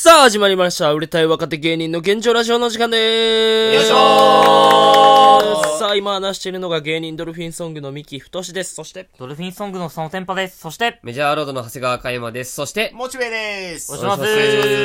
さあ始まりました。売れたい若手芸人の現状ラジオの時間でーす。 よいしょー。 さあ今話しているのが芸人ドルフィンソングの三木太です。そしてドルフィンソングのそのテンパです。そしてメジャーロードの長谷川嘉山です。そしてモチベです。 お願いします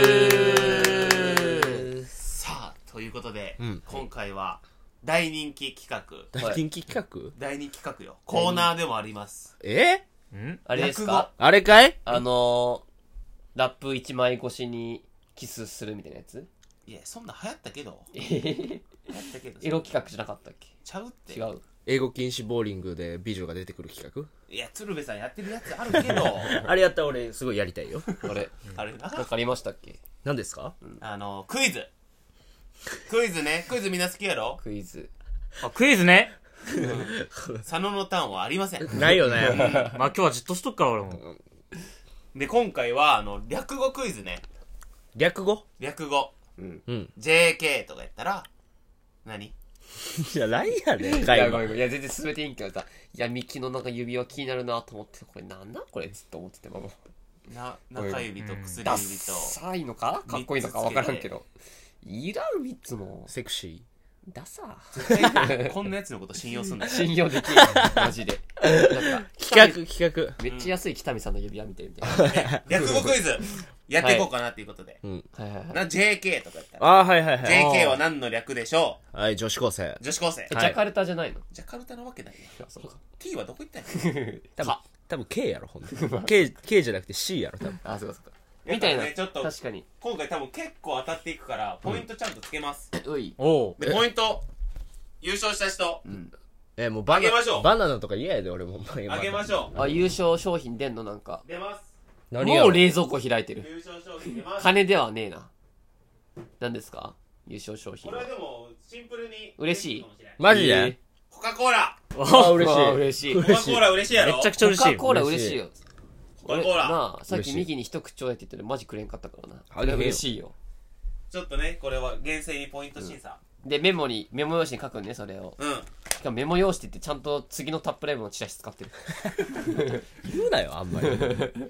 さあ、ということで、 ん今回は大人気企画、 大人気企画、 大人気企画よ。コーナーでもあります。 あれですか？ あれかい？ ラップ1枚越しにキスするみたいなやつ？ いや、そんなん流行ったけど。流行ったけど。 エロ企画じゃなかったっけ？ ちゃうって。 違う。 英語禁止ボーリングで美女が出てくる企画？ いや、鶴瓶さんやってるやつあるけど。 あれやったら俺すごいやりたいよ。 あれあれな。 なんかありましたっけ？ 何ですか？ クイズ。クイズね。クイズみんな好きやろ？ クイズ。 あ、クイズね。 佐野のターンはありません。 ないよね。 まあ今日はじっとしとくから俺も。 で、今回は、略語クイズね。 略語？ 略語。 うん。 JK とかやったら、何？ いや、ないやね。 い会や、ごめん話。 ごめん。いや、全然進めていいんけどさ。いや、ミキのなんか指輪気になるなと思って、これなんだこれずっと思ってて、もう。 中指と薬ダ指と。 ッサいのかかっこいいのかわからんけど。いらん、3つも。 セクシダサ絶対こんなやつのこと信用すんだよ。 信用できない。マジで。なんか、 ー。企画。 めっちゃ安い北見さんの指輪見てるみたいな。 略語クイズやっていこうかなっていうことで。 うん。 はいはいはい。 JK とかやったら。 あー、はいはいはい。 JK は何の略でしょはい、女子高生。 う？女子高生。 ジャカルタじゃないの？ ジャカルタのわけないよ。 あ、そうか。 T はどこ行ったんや多分 K やろ、ほんと。K じゃなくて C やろ、多分。 あ、そうかそうか。 みみたいな。 ちょっと、 確かに。 今回多分結構当たっていくから、ポイントちゃんとつけます。 うい。 おう。 で、ポイント、優勝した人、 もうあげましょうバナナとか嫌やで、俺も。 あげましょう。 あ、優勝商品出んのなんか。 出ます。 何やろもう冷蔵庫開いてる。 優勝商品出ます。 金ではねえな。何ですか？優勝商品はこれは。でも、シンプルに。 嬉しいかもれないマジで？ コカ・コーラ。 あ、嬉しい。 嬉しい。 コカ・コーラ嬉しいやろ？ めっちゃくちゃ嬉しい。 コカ・コーラ嬉しいよ。 コカ・コーラ。 なあ、さっ嬉しいきミキに一口ちょうだいって言ったらマジくれんかったからな。 あげへんよ嬉しいよ。 ちょっとね、これは厳正にポイント審査。 で、メモ用紙に書くね、それを。 うん。 しかもメモ用紙って言ってちゃんと次のタップライブのチラシ使ってる。 言うなよ、あんまり。 はい。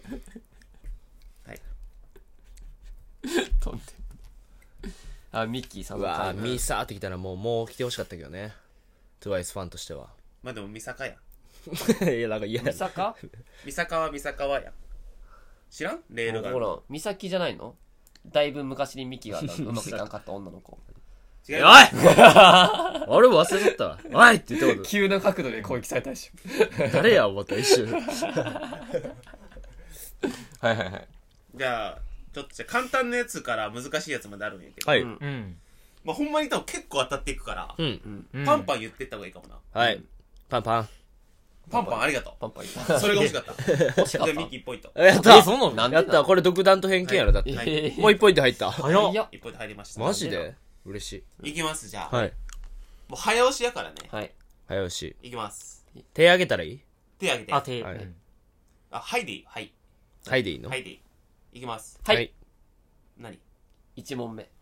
飛んでる。あ、ミッキーさんのうわぁ、 回ミーサーってきたらもう来てほしかったけどね。TWICE ファンとしては。 まあでも、ミサカやん。 いや、なんか嫌やミサカ？ ミサカはミサカはやん。知らんレールがある。 ほら、ミサキじゃないの？だいぶ昔にミキがうまくいかんかった女の子。 違う。 俺も忘れとったわ。おいって言ったこ急な角度で攻撃されたでしょ。 と。誰や思った一瞬。 はいはいはい。 じゃあ、ちょっとじゃあ簡単なやつから難しいやつまであるんやけど。 はい。 うんうん。 まあほんまに多分結構当たっていくから、 うん。 パンパン言ってった方がいいかもな。 はい。パンパン。 パンパンありがとパンパンいう。それが欲しかった。 欲しかったじゃあミキ1ポイント。 やったそんなのなんでやったこれ独断と偏見やろ、だって。 はいもう1ポイント入った。 早っ。 早っ。 1ポイント入りました。 マジで嬉しい。 いきます、じゃあ。 はい。 もう早押しやからね。 はい。 早押し。 いきます。 手挙げたらいい？ 手挙げて。 あ、手。 はいうんはいでいい。はい。 はいでいいの？ はいでいい。いきます。 はい。 何？ 1問目。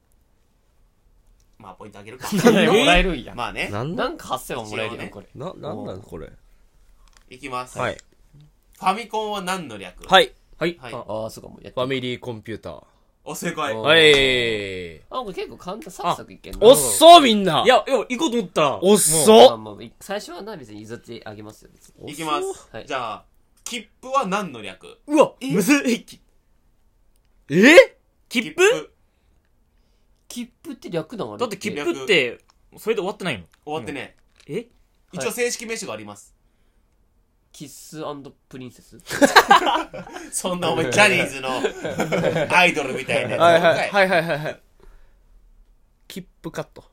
まあポイントあげるか。 もらえるんや。 まあね。 なんだなんか8000万もらえるやん、これ。 なんなんこれ。 いきます。 はい。 ファミコンは何の略？ はい。 はい。 はい。 ああ、そうかも。やってファミリーコンピューター。 お、正解。 おはい。 あ、これ結構簡単、サクサクいけんな。 おっそみんないや、行こうと思ったら。 おっまそあまあ最初はな、別に譲ってあげますよ、別に。 いきます。 はいじゃあ、切符は何の略？ うわ、むずい。 え切符切符って略なの？ だって切符って、それで終わってないの？ 終わってね。 え一応正式名称があります。 キッスプリンセス？ そんなお前ジャニーズのアイドルみたいなやつ。 はいはいはいはいはいはい。切符カット。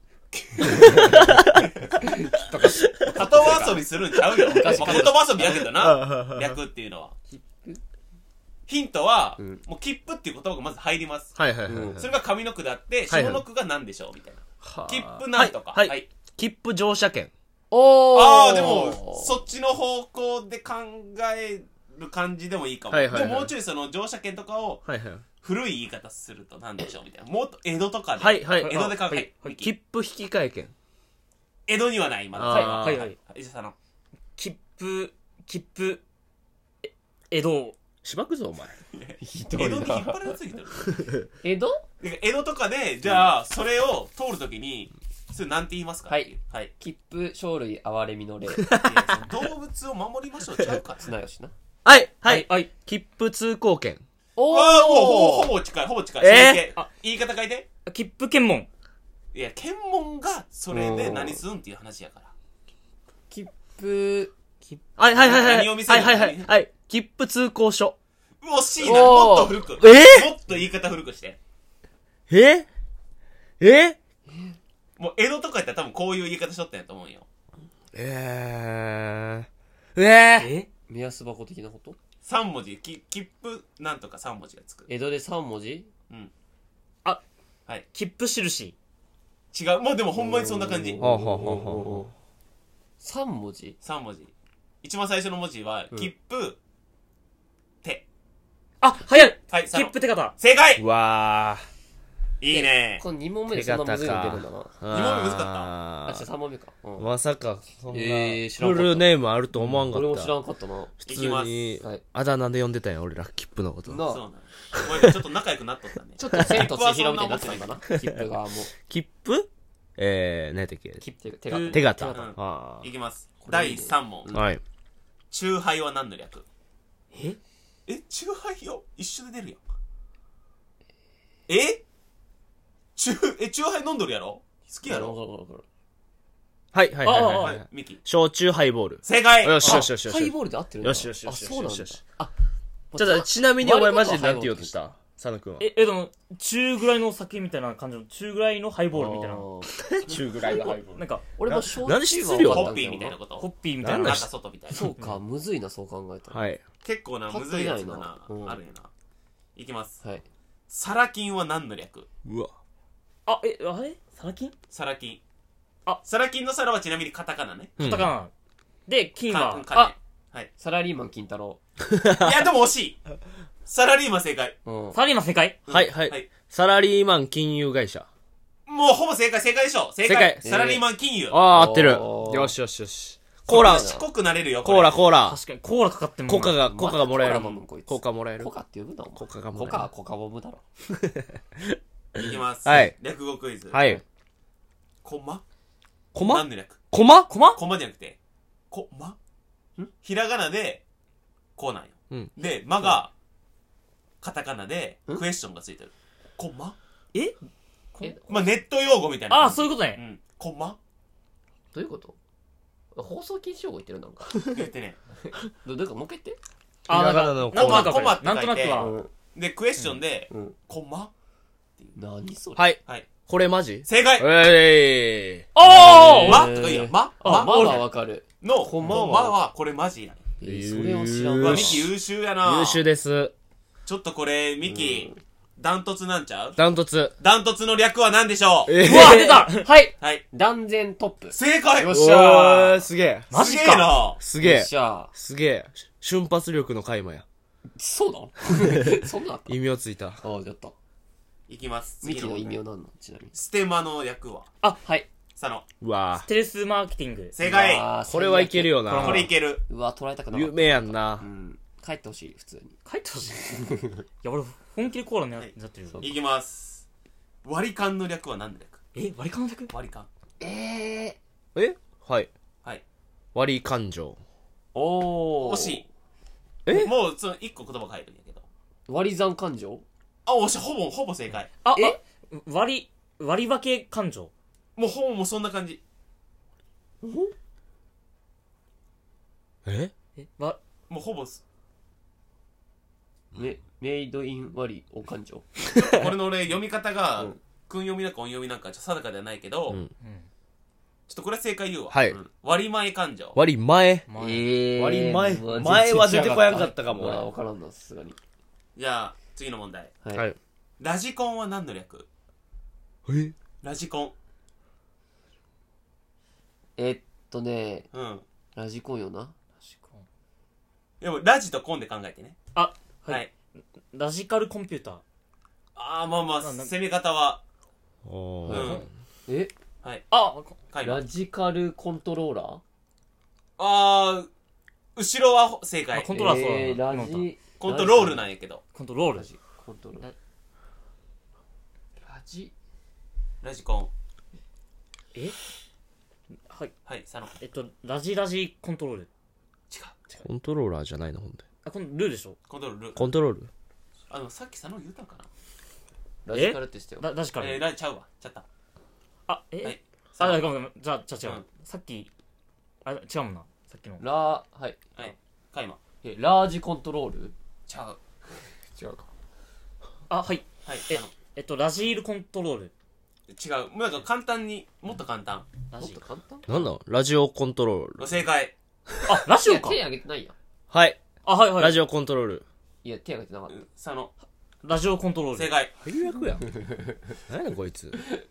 言葉遊びするんちゃうよ。まあ言葉遊びやけどな。 略。 略っていうのは。ヒントは、 んもう切符っていう言葉がまず入ります。 はいはいはいはい。 それが上の句であって、 はい下の句が何でしょうみたいな。 はあ切符なんとか。 はいはい。切符乗車券。 おーああ、でも、そっちの方向で考える感じでもいいかも。 はいはいはいでももうちょいその乗車券とかをはいはい。 古い言い方すると何でしょうみたいな。もっと江戸とかで。 はいはい江戸で考え、 はいはい切符引換券。 江戸にはない、まだ。 あーはいはい。 伊勢さんの。 切符、江戸、 しばくぞお前。 ひ江戸に引っ張りがついてる。 江戸江戸とかで、じゃあ、それを通るときに、それなんて言いますか？ はいはい。 切符、生類、哀れみの礼。 いやその動物を守りましょうちゃうから。 綱吉な。 はいはい。 はい。 切符通行券。 おああ、もうほぼ近い、ほぼ近い。 え言い方変えて。 切符検問。 いや、検問が、それで何すんっていう話やから。 切符、 はいはいはいはい。 何を見せるのはいはいはい。はい。切符通行書。 惜しいな。もっと古く。もっと言い方古くして。 えもう江戸とかやったら多分こういう言い方しとったんやと思うんよ。 目安箱的なこと？ 3文字、切符なんとか3文字がつく。 江戸で3文字？ 切符印。 違う。もうでもほんまにそんな感じ。 ほうほうほうほ 3文字？ 3文字。一番最初の文字は、切符、手。 あ、早い。 はい、 切符手形。 正解う。わいいね。 この2問目でそんなむずいの出るんだな。 ー。 2問目難かあ、 あじゃあ3問目か。うんまさか、そんな、 知らんかったフルネームあると思わんかった。 俺も知らんかったな。 普通にはい、 あだ名で呼んでたんや、俺ら、切符のこと。 なあそうなの。お前ちょっと仲良くなっとったね。 ちょっと千と千尋みたいになってたんだな。切符がもう。 切符何やったっけ切符、手形。 手形。 うんあいきます。 これ第3問。 あ。はい。 チューハイは何の略？ えチューハイよ一緒で出るやん。チューハイ飲んどるやろ？好きやろ？ はいはいはいはいははいい。 ミキ。 焼酎ハイボール。 正解。 よしよしよしよし。 ハイボールで合ってるんだよしよしよしあ、そうなんだよしよし。 あ、 ちなみにお前マジでなんて言おうとした佐野くんは。 でも、中ぐらいの酒みたいな感じの、中ぐらいのハイボールみたいな。 中ぐらいのハイボール。 なんか、 俺も焼何酎失礼よは分かホッピーったんだよな。 みたいなこと。 ホッピーみたいな。 なんだ中外みたいな。 そうか、むずいな、そう考えたら。 はい。 結構な、むずいやつだなパッと出ない。なあるよな。いきます。 はい。 サラ金は何の略？ うわ。 あれサラ金サラ金。 あサラ金のサラはちなみにカタカナね。 うんカタカナ。で、金は、 かはい。 サラリーマン金太郎。 いや、でも惜しい。サラリーマン正解。 うん。 サラリーマン正解はいはい。サラリーマン金融会社。 もうほぼ正解でしょ。正正解。 解サラリーマン金融。 ああ、合ってる。 おーよしよしよし。コーラ、 賢くなれるよ。 コーラ、コーラ。 確かに、コーラかかってんもんコカがもらえるコカ飲むこいつ。 コカもらえるコ。カって呼ぶな、お前。 コカがもらえるコカはコカボムだろ。 いきます。 はい略語クイズ。 はい。 コマコマ何の略？ コマコマコマじゃなくて、コマひらがなで、こうなんよ。 うんで、マが、カタカナで、クエスチョンがついてる。コマえまあ、ネット用語みたいな感じ。 そういうことね。 うん。コマどういうこと放送禁止用語言ってるなんか。 言ってね。 どういうこともう一回言って。 なんか、 ひらがなのなんとなくコマって書いてなんとなくは、 うん。 で、クエスチョンで、 うん。 コマ何それ。 はい。 はい。 これマジ正解えおーまとかいいやん。まあ、まはわかる。 の、 コマはまは、これマジやね。 それは知らんうわ、 わ。 ミキ優秀やー。 な。 優秀です。 ちょっとこれ、ミキ、ダントツなんちゃう？ ダントツ。 ダントツの略は何でしょう？ うわ、出たはい。 はい。 断然トップ。 正解よっしゃーすげえ。 マジかすげえな。 よっすげえ。 しゃすげえ。瞬発力の開魔や。 そうなのそんなあった異名ついた。 あ、やった。 いきます。 ミキの異名問題なんのちなみに。 ステマの略ははい。 佐野。 うわステルスマーケティング。 正解。 これはいけるよな。 これいける。 うわ、捉えたくなかった。 有名やんなう。ん。帰ってほしい、普通に。 書いてほしい。いや、俺、本気でコーラ狙ってるよ。 いきます。割り勘の略は何の略？ 割り勘の略割り勘。 えはい。 はい。 割り勘定。 おー。 惜しい。 えもう、その、一個言葉変えるんやけど。 割り算勘定あ、惜しい。ほぼ正解。 割り分け勘定。 もう、ほぼもうそんな感じ。 えもうほぼす、 メイドイン割りお勘定。 これの俺、読み方がうん、 訓読みなんか音読みなんか、定かではないけど、 うんちょっとこれは正解言うわ。 はいうん割り前勘定。 割り前。 割り前前は出てこやんかったかもうわ、わからんな、さすがに。 じゃあ、次の問題。 はい。 はい。 ラジコンは何の略？ えラジコン。うん。 ラジコンよな。 でも、ラジとコンで考えてね。 あ、 はい。 ラジカルコンピューター。 まあ、攻め方は、 おうんー。。 えはい。 あ、 はい。 ラジカルコントローラー後ろは正解。 コントローラーそうだなラジ、 コントロールなんやけど。 コントロールラジコントロール。ラジラジコン。 はいはい、佐野。 ラジラジコントロール。 違う。 コントローラーじゃないのほんで。 あ、このルーでしょ。 コントロール。 コントロールさっき佐野言うたんかな。 ラジカルってしてよ。 ラジカル。 ラジちゃうわ。ちゃった。 あ、 はい。 あ、ごめん。じゃあ違う。 うんさっき、あ、違うもんな。さっきの。 はいはい。カイマ。 ラージコントロールちゃう。 違うか。 あ、はい。 はい。 ラジールコントロール。 違う。もうなんか簡単に、もっと簡単。 もっラジと簡単なんだラジオコントロール。 正解。 あ、ラジオか。 手挙げてないやん。 はい。 あ、はいはい。 ラジオコントロール。 いや、手挙げてなかった。 佐野。 ラジオコントロール。 正解。 最悪やん。何やねんこいつ。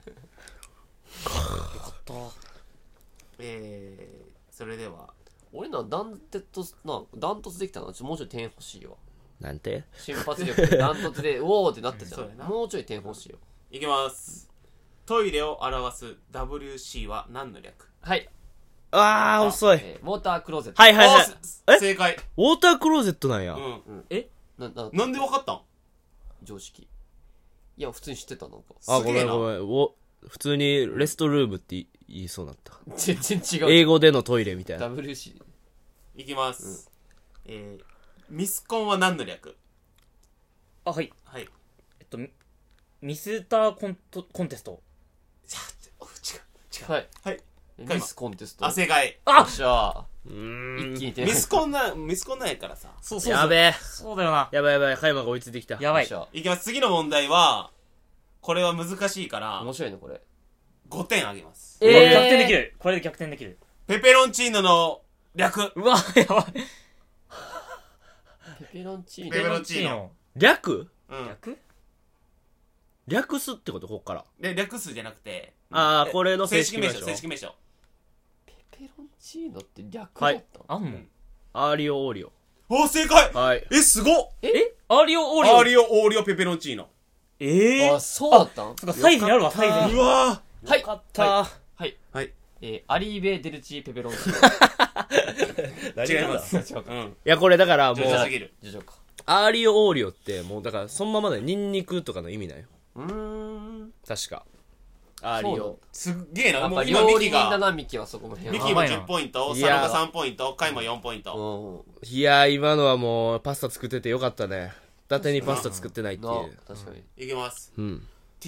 それでは。 俺のはダントツできたな。もうちょい点欲しいわ。 なんて瞬発力でダントツで、おーってなったじゃ。 そうやなんもうちょい点欲しいよ。 いきます。トイレを表す WC は何の略？ はい。 あー、遅い。 ウォータークローゼット。 はいはいはい。え正解。 ウォータークローゼットなんや。 うん。 なんでわかったん？ 常識。いや、普通に知ってた、なんか。 あ、ごすげえなめんごめん。普通にレストルームって言いそうになった。 全然違う。 英語でのトイレみたいな。 WC。 いきます。ミスコンは何の略？ あ、はい。 はい。 ミスターコンテスト。 違う。 はい。 はい。 ミスコンテスト。 あ、正解。 よっしゃうー。 ーん。 一気に点ミスコンなんやからさ。 そうやべえ。 そうだよな。 やばいやばい。カイマが追いついてきた。 やばい。 よっしゃいきます。次の問題は、これは難しいから面、白いね、これ。 5点あげます。 逆転できる。これで逆転できる。 ペペロンチーノの略。 うわ、やばい。 ペペロンチーペペノ。 ロンチーノ。 略うん。 逆略すってことこっから。 で、略数じゃなくて、 あー、これの正式名称。 正式名称。 ペペロンチーノって略だったあんのアーリオオーリオ。 お、正解。 はい。 すごっ。 アーリオオーリオ。 アーリオ、オーリオ、ペペロンチーノ。 あ、そうだったん。 そっか、サイズにあるわ、サイズに。 うわはい。 よかったはい。 はい。 アリーベ・デルチー・ペペロンチーノ。 ー。違います。 違うか。 うん。 いや、これだからもう、 上手すぎる。 事情か。 アーリオオーリオって、もうだから、そのままでニンニクとかの意味だよ。確か。アーリオ。 すっげえな。 やっぱもう今ミキ料理人だが、 な、ミキはそこの辺は。 ミキも10ポイント、佐野いやが3ポイント、カイも4ポイント。 ういやー、今のはもう、パスタ作っててよかったね。伊達にパスタ作ってないってん。ないう。 確かに。 いきます。 うん。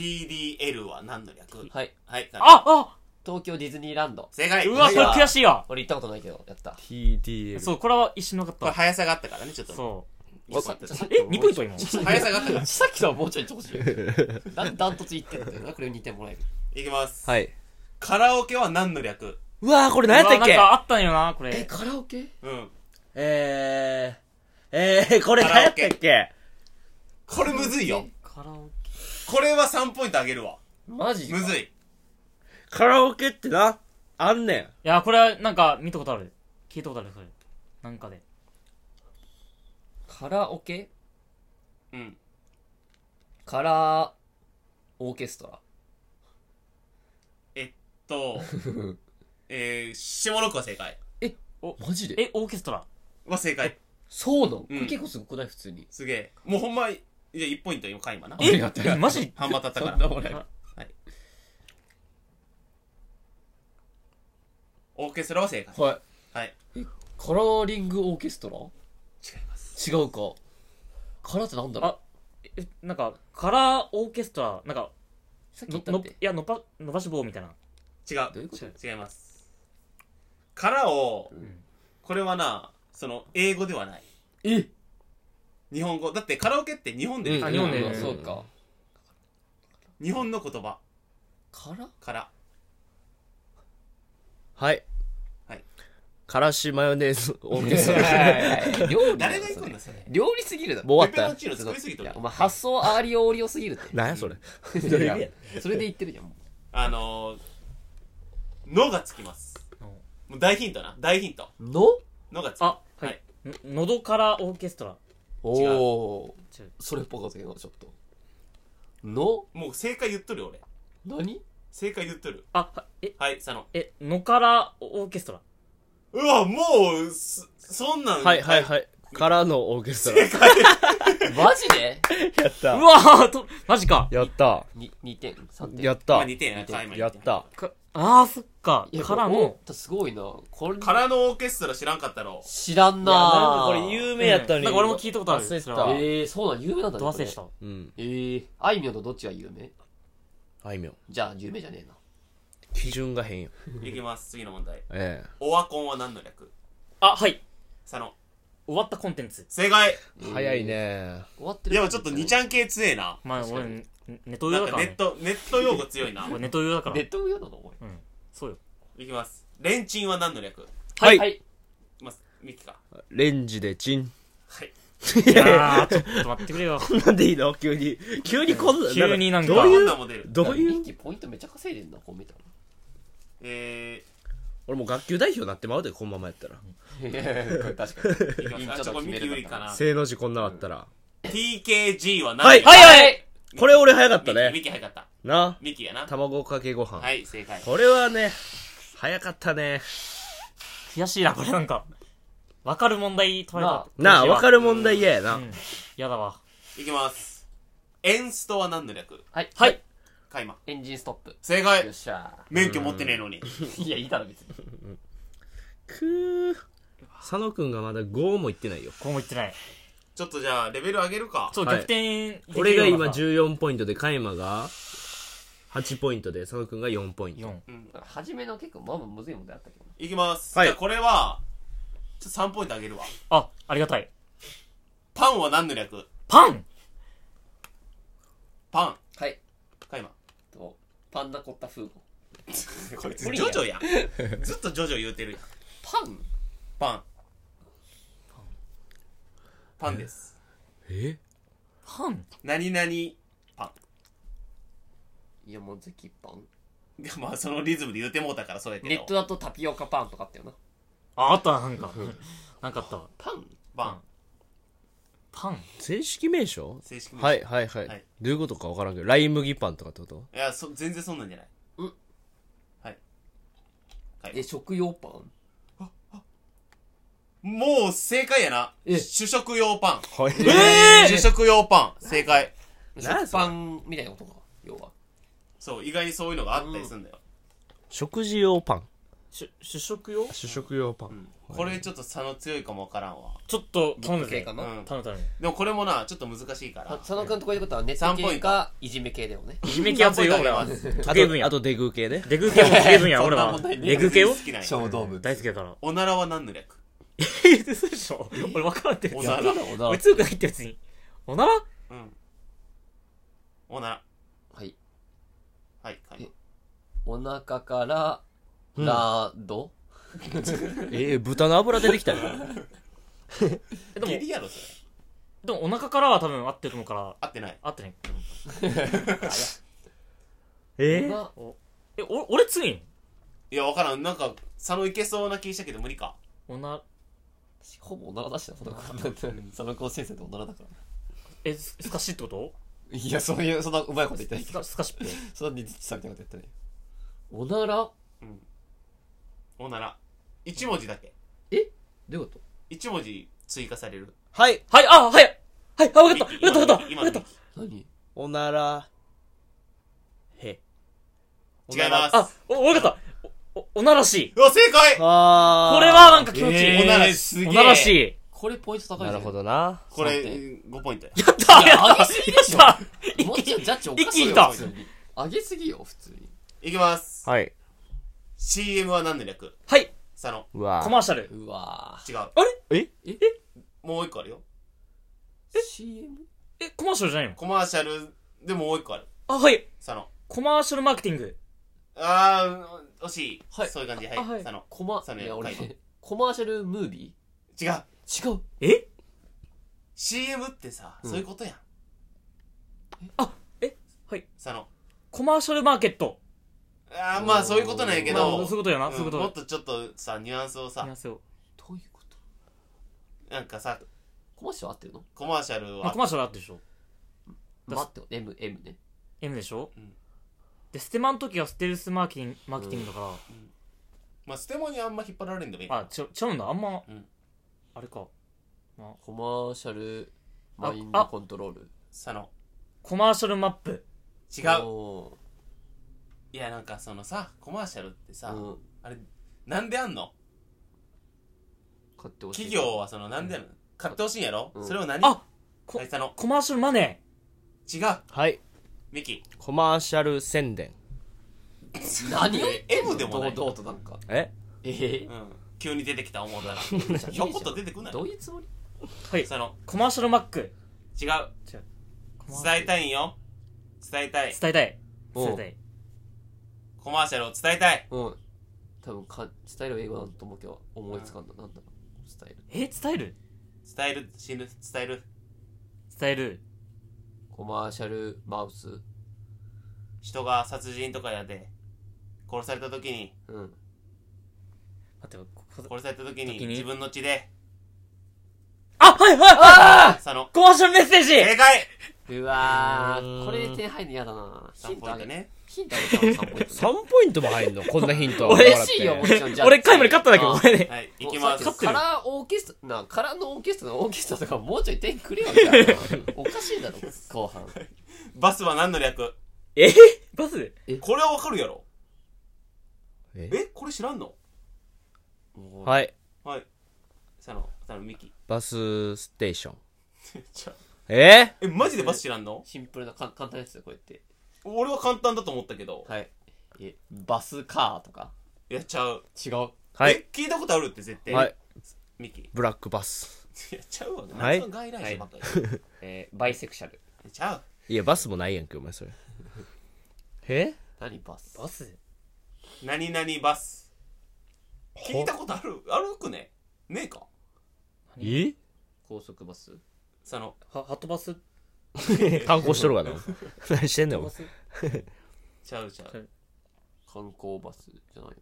TDL は何の略？ はい。 はい。 あ東京ディズニーランド。 正解。 うわ、これ悔しいわ。 俺行ったことないけど、やった。 TDL。 そう、これは一瞬なかった。 これ速さがあったからね、ちょっと。 そよかったですう。2ポイント今。 速さがあったから。 さっきのはもうちょい欲しい。なんでダントツ1点だったよな。これ2点もらえる。 いきます。 はい。 カラオケは何の略？ うわー、これ何やったっけなんかあったんよな、これ。 カラオケうん。 これ何やったっけこれむずいよ。 カラオこれは3ポイントあげるわ。 マジかむずい。 カラオケってな、あんねん。 いや、これはなんか見たことある。聞いたことある、それ。なんかで。 カラオケうん。 カラーオーケストラ。 下の句は正解。 マジでオーケストラ。 は正解。 そうなのこうんれ結構すごくない普通に。 すげえ。もうほんま、じゃあ1ポイント今カイマな。 ありがたいマジ半端だったからそん。なもらえる。 オーケストラは正解。 はい。 はい。 カラーリングオーケストラ違います。 違うか。カラーってなんだろうあ、なんか、カラーオーケストラ、なんか、 さっき言ったって。 いや、伸ばし棒みたいな。 違う。 どういうこと違います。殻を、 んこれはな、英語ではない。 え日本語。だってカラオケって日本でできるあ日本でうんそうか。 日本の言葉。 カラから。 はい。 はい。 からしマヨネーズオーケストラ。 料理誰が行くんだそれ。 料理すぎるだろ。 もう終わったペペロンチーノ作りすぎとるいやお前発想アーリオオーリオすぎるって。 何やそれ。 いやそれで言ってるじゃん。ものがつきます。もう大ヒントな。大ヒント。 うののがつきあ、 ははいい。喉からオーケストラ。 おお違う。 それっぽかったけどちょっと。のもう正解言っとるよ俺。 何正解言っとる。 あ、 はい、佐野。 のからオーケストラ。 うわ、もう、そんなん。 はいはいはい。 からのオーケストマジでラ。やったう。わーマジか。 やった。 2点3点やっまあた。 2点やな。 やった。 そっか。 いやからの。 すごいなこれからのオーケストラ知らんかったろ。 知らんいやなんかなこれ有名やったのに。 なんか俺も聞いたことある。 忘れてそれはた。 そうなん有名なんだねど忘れした。 うん。 あいみょんとどっちが有名あいみょん。 じゃあ有名じゃねえな基準が変よ。 いきます。次の問題。 ええ。 オワコンは何の略？ はい。 佐野。 終わったコンテンツ。 正解。 早いね。 終わってるでもちょっと2ちゃん系強えな。 まあ、俺、ネトウなんヨだからね。 かネット用語強いな。 俺ネトウヨだから。 ネット上なのおいうん。そうよ。 いきます。レンチンは何の略？ はい。 はいまあ、ミキか。 レンジでチン。 はい。 いやー、ちょっと待ってくれよ。 なんでいいの急に。急にこんな。 急になんかこどういう、 んなんも出る。 どういうミッキーポイントめっちゃ稼いでんなこう見た俺もう学級代表なってまうで、このままやったら。 ら確かにら、いきます。あ、これミキ有利かな。 正の字こんなあったら。 TKG は何はいの略？ はいこれ俺早かったミね。 キ早かった。 な。 ミキやな。 卵かけご飯。 はい、正解。 これはね、早かったね。 悔しいな、これなんか。わかる問題取られた。 なあ、わかる。 る問題嫌やな。 うん。やだわ。 いきます。エンストは何の略？ はいはい。 カイマ。 エンジンストップよ正解っ。しゃ免許持ってねえのに。 いやいいだろ別にくー。佐野くんがまだ5も言ってないよ。 こうも言ってない。 ちょっとじゃあ、レベル上げるか。 そう、 はい逆転できる俺が今ようなさ 14ポイントで、カイマが8ポイントで、佐野くんが4ポイント。 4。 うん。 初めの結構まあまあむずい問題あったけどいきます。 はいじゃあこれは、ちょっと3ポイントあげるわ。 ありがたい。 パンは何の略？ パンパン。 はいカイマ。 とパンナコッタフーゴこいつ、ジョジョやん。ずっとジョジョ言うてるやん。 パンパン。パンです。 えパン何々パ山崎パンン。いやまあそのリズムで言うてもうたからそうやけど。 ネットだとタピオカパンとかあったよなあった、なんか。なんかあったわ。 パンパン。 パン正式名称正式名称はいはいはい。 はいどういうことかわからんけど、ライ麦パンとかってこといや、全然そんなんじゃない。 うん。 はい。はい。 食用パンもう正解やな。 え主食用パン。 はい。 主食用パン。正解。 食パンみたいなことか要はそう、意外にそういうのがあったりするんだよ。 食事用パン。 主食用主食用パン。 うん。これちょっと差の強いかもわからんわ。 ちょっと頼むぜ。 系かなうん。 頼む頼む。 でもこれもな、ちょっと難しいから。 佐野君とこういうことはネット系かいじめ系だよねいじめ系は強いよ、俺は。 あ時計分野。 と、あとデグ系ね。 デグ系も時計分野、 そん俺はな問題。ねデグ系を好きなんや小動物大好きだから。 おならは何の略？ 嘘でしょ俺分からんって。 おなら。 俺強くないって別に。おならうん。おなら。 はいはい、はい。 お腹からうんラード豚の油出てきたよ。 でもゲ、リやろ、それ。 でもお腹からは多分合ってると思うから、 合ってない。 合ってない。 な俺強いんいや、わからん。なんか、佐野いけそうな気したけど無理か。 おな、 ほぼおならだしなその子佐野子先生とおならだからスカシってこといやそういうそんなうまいこと言ってないけどスカシップ。 そんなにさみたいなこと言ってないおならうん。おなら。1文字だけ。 どういうこと 1文字追加される。 はい。 はい、はいはい、わかったわかったわかった今のわかった何おなら、へ。 違います。 あ、わかったおならしい。 うわ、正解あー。 これはなんか気持ちいい。 おならすげえおならしい。 これポイント高いじゃんなるほどな。 これ、 3 5ポイントや。 いや上げすぎでしょやったもうちょいジャッジおかしいよ一気にいった普通に上げすぎよ普通にいきます。 はい。 CM は何の略？ はい、 佐野。 うわコマーシャル。 うわ違う。もう一個あるよ。 ぁ CM? コマーシャルじゃないのコマーシャルでもう一個ある。 はい。 佐野。 コマーシャルマーケティング。 惜しい。 はいそういう感じ。はい。 あはい佐野。 コマ佐野いや俺はいコマーシャルムービ違う。 ー違うえ CM ってさ、そういうことやん。 はい。 佐野。 コマーシャルマーケット。 まあそういうことなんやけまあど、 そういうことやな、そういうこと。 もっとちょっとさ、ニュアンスをさ見、ますよどういうことなんかさ、 コマーシャル合ってるのコマーシャルはまあコ、マーシャルあってでしょ。だ待って M ね M でしょうんで、ステマの時はステルスマーケティングだから、 まあステモにあんま引っ張られんでもいいかあ、違うんだ、あんま、 うんあれか。 コマーシャルマインドコントロール。 佐野。 コマーシャルマップ。 違う。 おいや、なんかそのさ、コマーシャルってさ、 うんあれ、なんであんの？ 買ってほしい。 企業はその、なんであんの？買ってほしいんやろ？ うんそれを何？ あはい、佐野。 コマーシャルマネ違う。 はい。 ミキ。 コマーシャル宣伝。 何よ。 M でもない。 堂々となんか。 えうん。急に出てきた思うたら。ひょこっと出てくんなよ。 どういうつもり？ はい。 佐野。 コマーシャルマック。 違う。 違う。 伝えたいんよ。伝えたい。 伝えたい。 おう伝えたい。 コマーシャルを伝えたい。 うん。多分スタイルは英語だと思うけど、思いつかんだ。なんだろう。スタイル。 伝える伝える、死ぬ、伝える。 伝える。 コマーシャルマウス。 人が殺人とかやで、殺された時に、 うん。 待ってよ、 殺された時に、 時に自分の血で、 あ、はいはい佐野。 コマーシャルメッセージ正解うわー、これで点入るの嫌だな。 !3 ポイントね。 ヒントあげたの3ポイント。 3ポイントも入んのこんなヒント嬉しいよ、もちろん。じゃあ俺、回まで勝っただけど、 あ俺ね。 はい、いきます。 カラーオーケストラ、カラーのオーケストラのオーケストラとかもうちょい点くれよ、じゃあおかしいだろ、後半。 バスは何の略？ バスこれはわかるやろ？ えこれ知らんの？ はいはい。佐野、ミキ。 バスステーション。 ちゃマジでバス知らんの？ シンプルな簡単なやつだよ、こうやって。 俺は簡単だと思ったけど。 はい。バスカーとか。 やっちゃう。 違う。 はい聞いたことあるって絶対。 はいミキ。 ブラックバス。 やっちゃうわ。 はいなんか外来種ばっかり。 バイセクシャル。 やっちゃう。 いやバスもないやんけお前それ。 何バス？ バス何々バス。聞いたことあるくねねえか？ え高速バス？ 佐野。 ハットバス観光しとるかな何してんねんおバスちゃうちゃう。 観光バスじゃないよ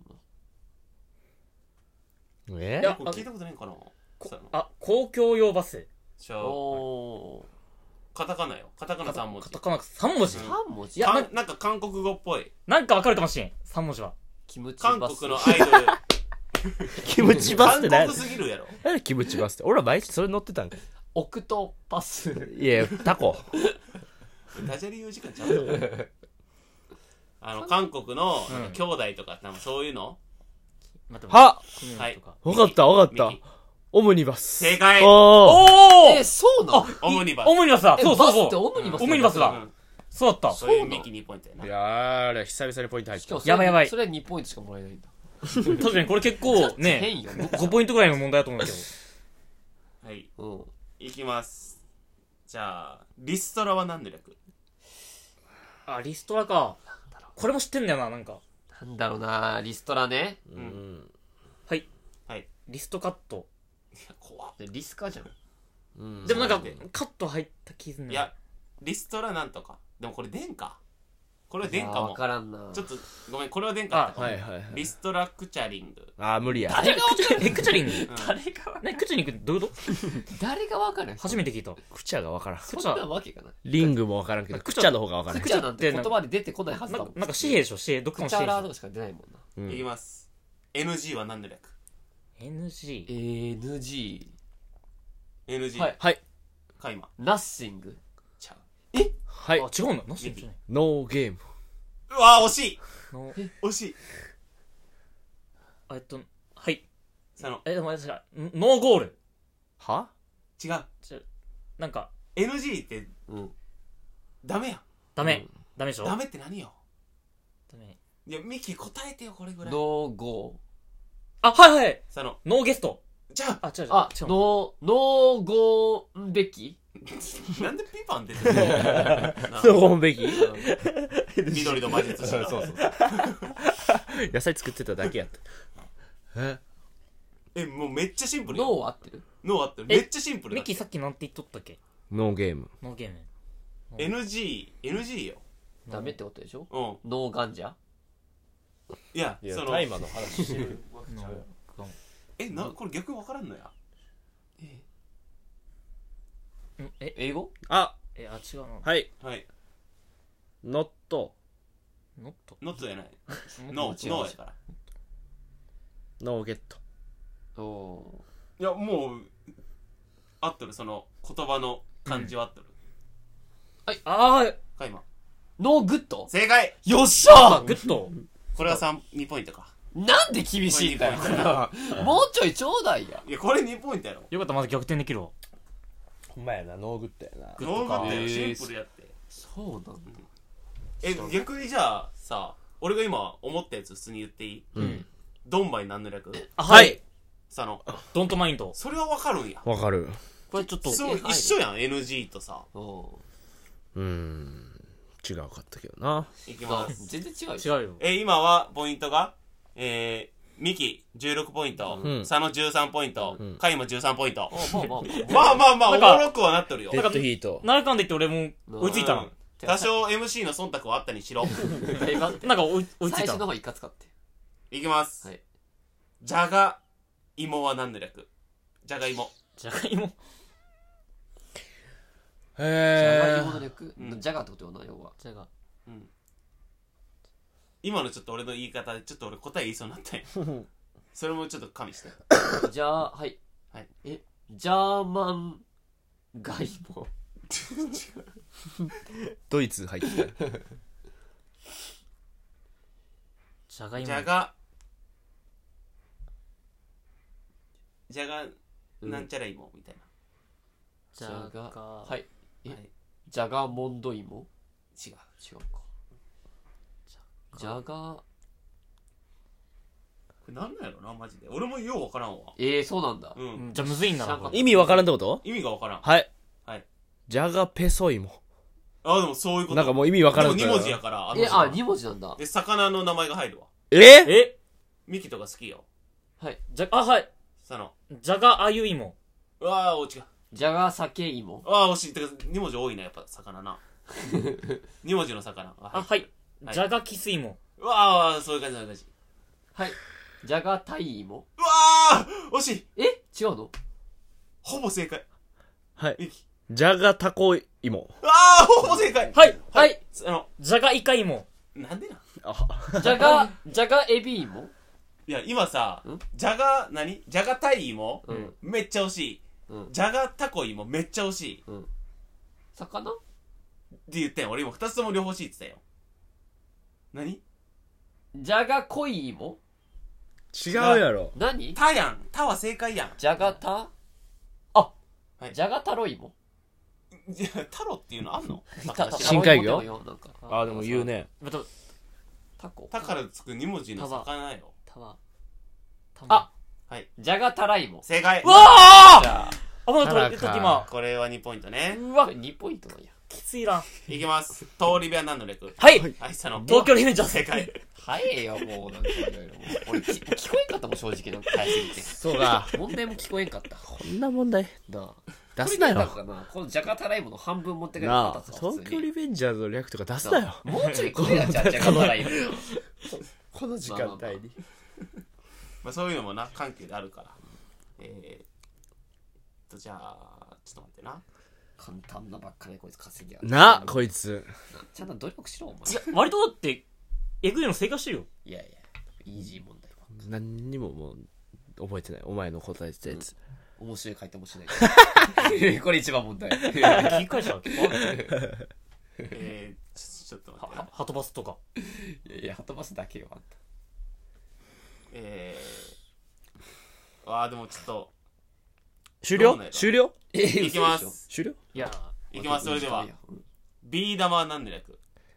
前いやこれ聞いたことないんかな？佐野。 公共用バス。 ちゃう。 な。おカタカナよ。カタカナ3文字カ。タカナ3文字。 ー。3文字？ いやなんか韓国語っぽい。 なんか分かるかもしれん。3文字は。 キムチ韓バス。 国のアイドル。 キムチバスって何韓国すぎるやろ。 何キムチバスって俺ら毎日それ乗ってたんかオクトパス。 いやタコダジャレ言う時間ちゃうぞ。韓国のなんか兄弟とか多分そういうの。 待ってははいとか。 分かった分かっミキたオムニバス正解。 おーおーそうなの？ オムニバス。 オムニバスだ。そうそうバスってそう。 オムニバス？ オムニバスだうんそうだった。 そういうミキ2ポイントやな。 いやー久々にポイント入ったやばいやばいそれは2ポイントしかもらえないんだ。 確かにこれ結構ね、 変よ。 5ポイントぐらいの問題だと思うんだけど。 はい。 うん。 いきます。じゃあ、リストラは何の略？ リストラか。これも知ってんだよな、なんか。 なんだろうな、リストラね。 うんはい。 はい。 リストカット。 怖っ。 リスカじゃん。 うんでもなんかそうなんだよ、 カット入った気すんねいや、リストラなんとか。でもこれ殿下。これは殿下もわ。からんな。 ちょっと、ごめん、これは殿下だったかもはいはいはいリストラクチャリング。 あー無理や誰がわかる？ クチャリング誰がわかる？ ね、クチャリングってどういうこと誰がわかる？ 初めて聞いた。 クチャが分からんそんなわけがない。 リングも分からんけどクチャの方が分からんクチャなんて言葉で出てこないはずだもん。 なんか紙幣でしょ紙幣。どっかクの紙幣チャラーとかしか出ないもんな。 うんいきます。NG は何の略？ NG。 NG。 NG。 はい。 はいカイマ。 ナッシング。 ちゃはいあ、違うんだ。なしんじゃない。 ノーゲームう。うわー、惜しいの惜しい。 はい。 佐野。 でも私が、ノーゴール。 は違う。 なんか、 NG ってうん。 ダメやん。 ダメ。ダメでしょダメって何よ。 ダメ。 いや、ミキ答えてよ、これぐらい。 ノーゴはいはい。 佐野。 ノーゲスト。 じゃあ、 違う違う。 ー。あ、 違う。 ノーゴーべき？ なんでピパン出てるのなノーべき緑の魔術師が。そうそう。 野菜作ってただけやったもうめっちゃシンプルよ。 ノー合ってる？ ノーあってる。めっちゃシンプルだミキさっきなんて言っとったっけノーゲームノーゲーム。 NG よ。 ダメってことでしょ？ うん。 ノーガンジャ？ いや、その、 マの話してるこれ逆に分からんのや。 英語？ あ違うな。 はいはい。 ノットノット。 ノットじゃない。 ノノーやから。 ノーゲットおいや、もう、 合っとるその言葉の漢字は合っとる、 あか今ノーグッド。 正解。 よっしゃー、グッド。 これは2ポイントか。 なんで厳しいんだよ。もうちょいちょうだいや。 いやこれ2ポイントやろ。 よかった、まず逆転できるわ。 ほんまやな、ノーグッドやな。 ノーグッドやろ。シンプルやって。 そうなんだ。 逆にじゃあさ、俺が今思ったやつ普通に言っていい？ドンマイ何の略？ はい佐野。 ドントマインド。 それはわかるんや。 わかる。 これちょっと、 そう一緒やん NG とさ。 違うかったけどな。 いきます。 全然違うよ。 違うよ。 今はポイントがミキ16ポイント、佐野13ポイント、カイも13ポイント。まあおもろくはなっとるよ。 デッドヒート。 なんだかんで言って俺も追いついたな。 多少 MC の忖度はあったにしろ。 なんか追いついた最初の方いかつかって。 いきます。じゃがいもは何の略？じゃがいも。 じゃがいも。 じゃがいもの略？じゃがってことよな、要は。 じゃが。 今のちょっと俺の言い方でちょっと俺答え言いそうになったんや。それもちょっと加味して。 じゃあ、はい。ジャーマンガイモ。 ドイツ入ってた。 じゃがいも。 じゃがなんちゃらいもみたいな。 じゃが、はい。じゃがモンドイモ？違うか。じゃが、 これなんなんやろなマジで。俺もようわからんわ。 そうなんだ。 じゃあむずいんだな。 意味わからんってこと？ 意味がわからん。 はい。じゃがペソイモ。 でもそういうこと。 なんかもう意味わからん。 でも2文字やから。 2文字なんだ。 で、魚の名前が入るわ。ミキとか好きよ。 はい。 はい。 佐野。 じゃがあゆいも。 うわー、違う。 じゃが酒芋。 惜しい。てか、2文字多いな、やっぱ魚な。2文字の魚。 はい。じゃがキス芋。 うわー、そういう感じ、そういう感じ。 はい。じゃがタイ芋。 うわー、惜しい。 違うの？ ほぼ正解。 はい。じゃがタコ芋。 ほぼ正解。 はい。 じゃがイカ芋。 なんでな。 じゃがエビ芋。 いや、今さ、じゃがタイ芋めっちゃ惜しい。じゃがタコ芋めっちゃ惜しい。 魚？ って言ったよ。俺今2つとも両方欲しいって言ったよ。何？ じゃが濃い芋？ 違うやろ。 何？ タやん。タは正解やん。 じゃがた？じゃが太郎芋？ いや、太郎っていうのあんの？ 深海魚？ でも言うね。 タコ？ タからつく2文字の魚よ。 じゃがたら芋。 正解。 うわー！ 今。 これは2ポイントね。 うわ、2ポイントなんや。 きついな。 いきます。通り部屋何の略？ はい。 佐野。 東京リベンジャーズ。 正解。 早えよ、もう。なんかいろいろ。俺、聞こえんかったもん、正直。なんか早すぎて。 そうか。 問題も聞こえんかった。 こんな問題な出すなよ。 このジャガタライモの半分持ってくるなあ、東京リベンジャーズの略とか出すなよ。 もうちょいこれやっちゃう、ジャガタライモ。 この時間帯に。 そういうのもな、関係であるから。じゃあ、ちょっと待ってな。 簡単なばっかりこいつ稼ぎや。 な、こいつ。 ちゃんと努力しろ、お前。 いや、割とだって、えぐいの正解してるよ。 いやいや、イージー問題は。 何にももう、覚えてない。お前の答えてたやつ。 面白い回答もしないこれ一番問題聞き返したわけちょっと待ってな。 ハトバスとか。 いや、ハトバスだけよ、あんた。でもちょっと。 終了いきます。 終了いやいきます。それでは。ビー玉は何の略？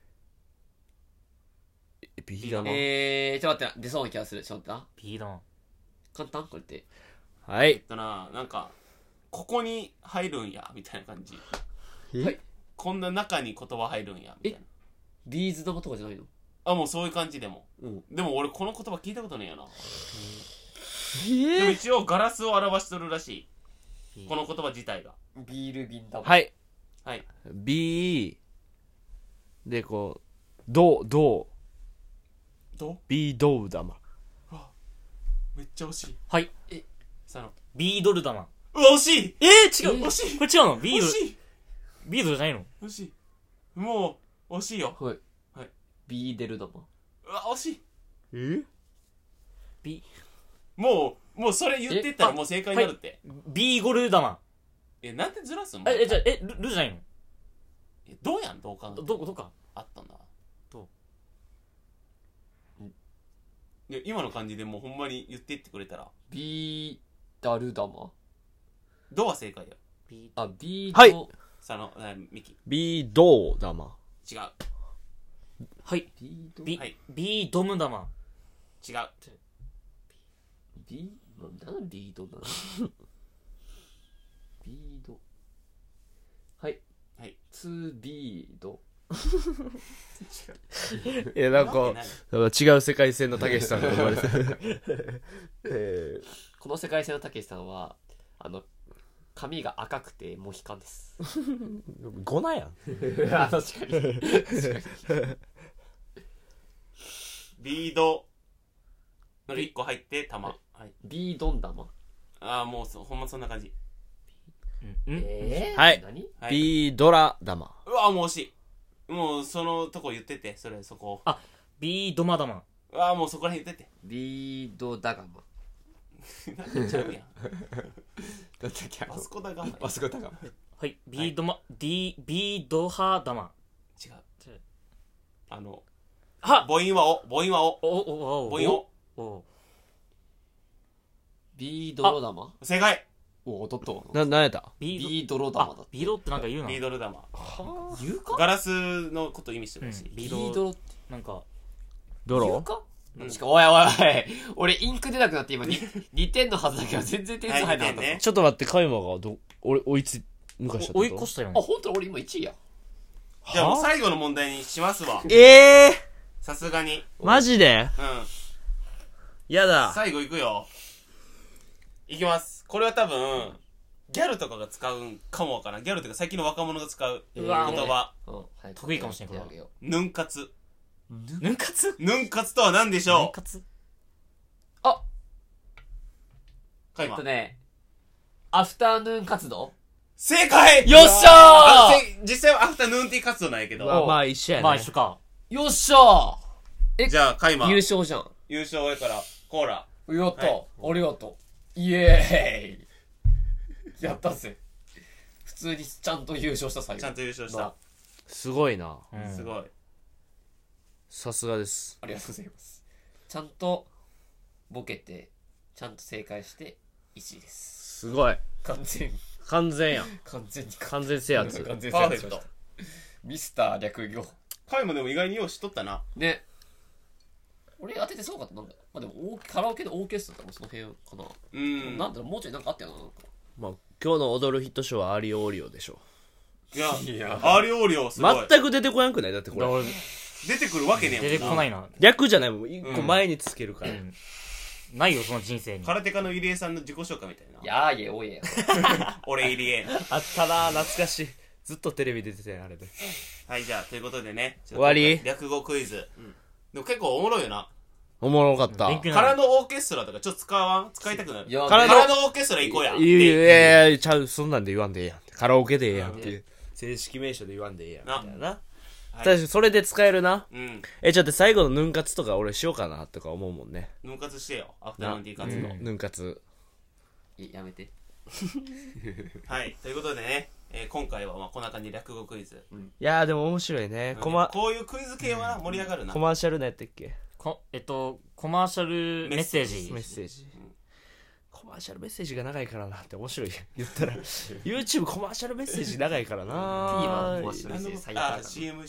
ビー玉。 ちょっと待ってな。出そうな気がする。ちょっと待ってな。 ビー玉。 簡単これって。 はい。 なんか、ここに入るんや、みたいな感じ。 はい。 こんな中に言葉入るんや、みたいな。 ビーズ玉とかじゃないの？ もうそういう感じでも。でも俺この言葉聞いたことねえよな。でも一応ガラスを表しとるらしい。この言葉自体が。 ビール瓶玉。 はい。 はい。 ビー、でこう、ドビードウ玉。 めっちゃ惜しい。 はい。ビードル玉。 惜しい。 違う。 惜しい。 これ違うの？ビードル。 惜しい。 ビードルじゃないの？ 惜しい。もう惜しいよ。 はい。ビーデル玉。 惜しい。 ビもうそれ言ってたらもう正解になるって。 ビーゴル玉。 なんでずらすの？ じゃあルじゃないの？ どうやん、どう考えてもどかあったんだ。 どいや今の感じでもうほんまに言っていってくれたら。 ビーダル玉。 ドは正解や。 ビビード。 はい佐野、ミキ。 ビードー玉。 違う。 はいビード。 はいビードム玉。 違う。 ビー、なんビードだビード。はいはい。 ツビード。 いや、なんか、違う世界線のたけしさんが生まれてこの世界線のたけしさんは髪が赤くてモヒカンですゴナやん。 確かにビードの1個入って玉。はい。 ビードン玉。 ああ、もうほんまそんな感じ。 はい何？ はい。 ビードラ玉。 うわ、もう惜しい。もうそのとこ言ってて、そこ。 ビードマ玉。 うわ、もうそこら辺言ってて。 ビードダガマ。 なんかちゃうやん。 だったっけあそこだが。 あそこダガマ。 はいビードマビードハ玉。 違う。 は母音はお。母音はお。母音お。 ビードロ玉。 正解。 おとっと。 なんやったビードロ玉だ。 ビードってなんか言うな。 ビードル玉。 言うか？ ガラスのこと意味してるし。 ビードロってなんかドロ言うか？しかおいおいおい、俺インク出なくなって今2点のはずだけど全然点数入らなかったぞ。 ちょっと待って、カイマが俺追い抜かしたってこと？ 追い越したよあ、 ね。 本当に俺今1位や。 じゃあもう最後の問題にしますわ。さすがに。 マジでうん。 やだ。 最後いくよ。いきます。これは多分、ギャルとかが使うんかもわからん。ギャルとか最近の若者が使う言わ葉。 得意かもしれんこれはヌン活。 ヌン活？ ヌン活とは何でしょう？ ヌン活？ カイマ。 アフターヌーン活動。 正解！ よっしゃ実際はアフタヌーンティー活動なんやけど。 まあ一緒やね。 まあ一緒か。 ーよっしゃーじゃあ、カイマ。 優勝じゃん。 優勝やから、コーラ。 やった、 はいありがとう。イエーイやったぜ。普通にちゃんと優勝した最後。 ちゃんと優勝した。 すごいな。 すごい。 さすがです。 ありがとうございます。ちゃんとボケて、ちゃんと正解して1位です。 すごい。 完全やん。 完全に完全制圧。 完全パーフェクト。 ミスター略語。 カイマでも意外によう知っとったな。 ね。俺当ててそうかったなんだ。まあでもカラオケでオーケストラとかその辺かな。なんだろう、もうちょいなんかあったよな。なんかまあ今日の踊るヒットショーはアリオオリオでしょ。 いや、アーリオーリオすごい。 全く出てこやんくない？だってこれ。 出てくるわけねえもん出てこないな。 略じゃないもん。一個前につけるから。 ないよその人生に。 空手家の入江さんの自己紹介みたいな。 やーげおえや。 俺入江。 あったな、懐かしい。ずっとテレビ出てたよ、あれで。 はい、じゃあ、ということでね。 終わり？ 略語クイズ。でも結構おもろいよな。 おもろかった。 空のオーケストラとかちょっと使いたくなる。 空のオーケストラ行こうや。 いやちゃう、そんなんで言わんでええやん。カラオケでええやんっていう。正式名称で言わんでええやん。みたいな。確かにそれで使えるな。ちょっと最後のヌン活とか俺しようかなとか思うもんね。 ヌン活してよ。アフタヌーンティー活動。 ヌン活。 やめて。 はい、ということでね。今回はまあこんな感じで略語クイズ。 いやーでも面白いね。 こういうクイズ系は盛り上がるな。 コマーシャルのやったっけ？ コマーシャルメッセージ。 コマーシャルメッセージが長いからなって面白い。言ったら YouTube コマーシャルメッセージ長いからな。 CM。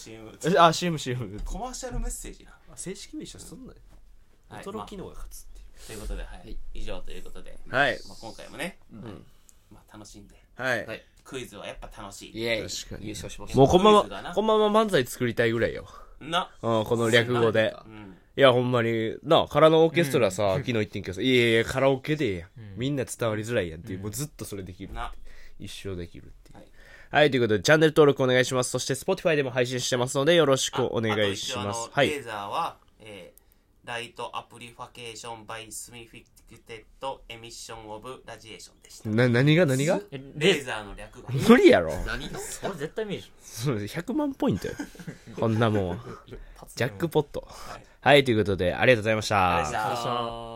CM。 コマーシャルメッセージな。 正式名称そんな驚きのが勝つっていう。 ということで、はい。以上ということで。 はい。 今回もね。まあ楽しんで。 はい。 クイズはやっぱ楽しい。 イエーイ。 確かに。 優勝しました。 もうこんばんま漫才作りたいぐらいよ。この略語で。いやほんまにな、空のオーケストラさ、昨日言ってんけどさ、いやカラオケでええやん。みんな伝わりづらいやんっていう、もうずっとそれできる。一生できるっていう。はい、ということでチャンネル登録お願いします。そして Spotify でも配信してますのでよろしくお願いします。 はい。レーザーは、ライトアプリファケーションバイスミフィクテッドエミッションオブラジエーションでした。 何がレーザーの略語。 無理やろ。 それ絶対無理でしょ。100万ポイントよ。こんなもん。ジャックポット。はい、ということでありがとうございました。 ありがとうございました。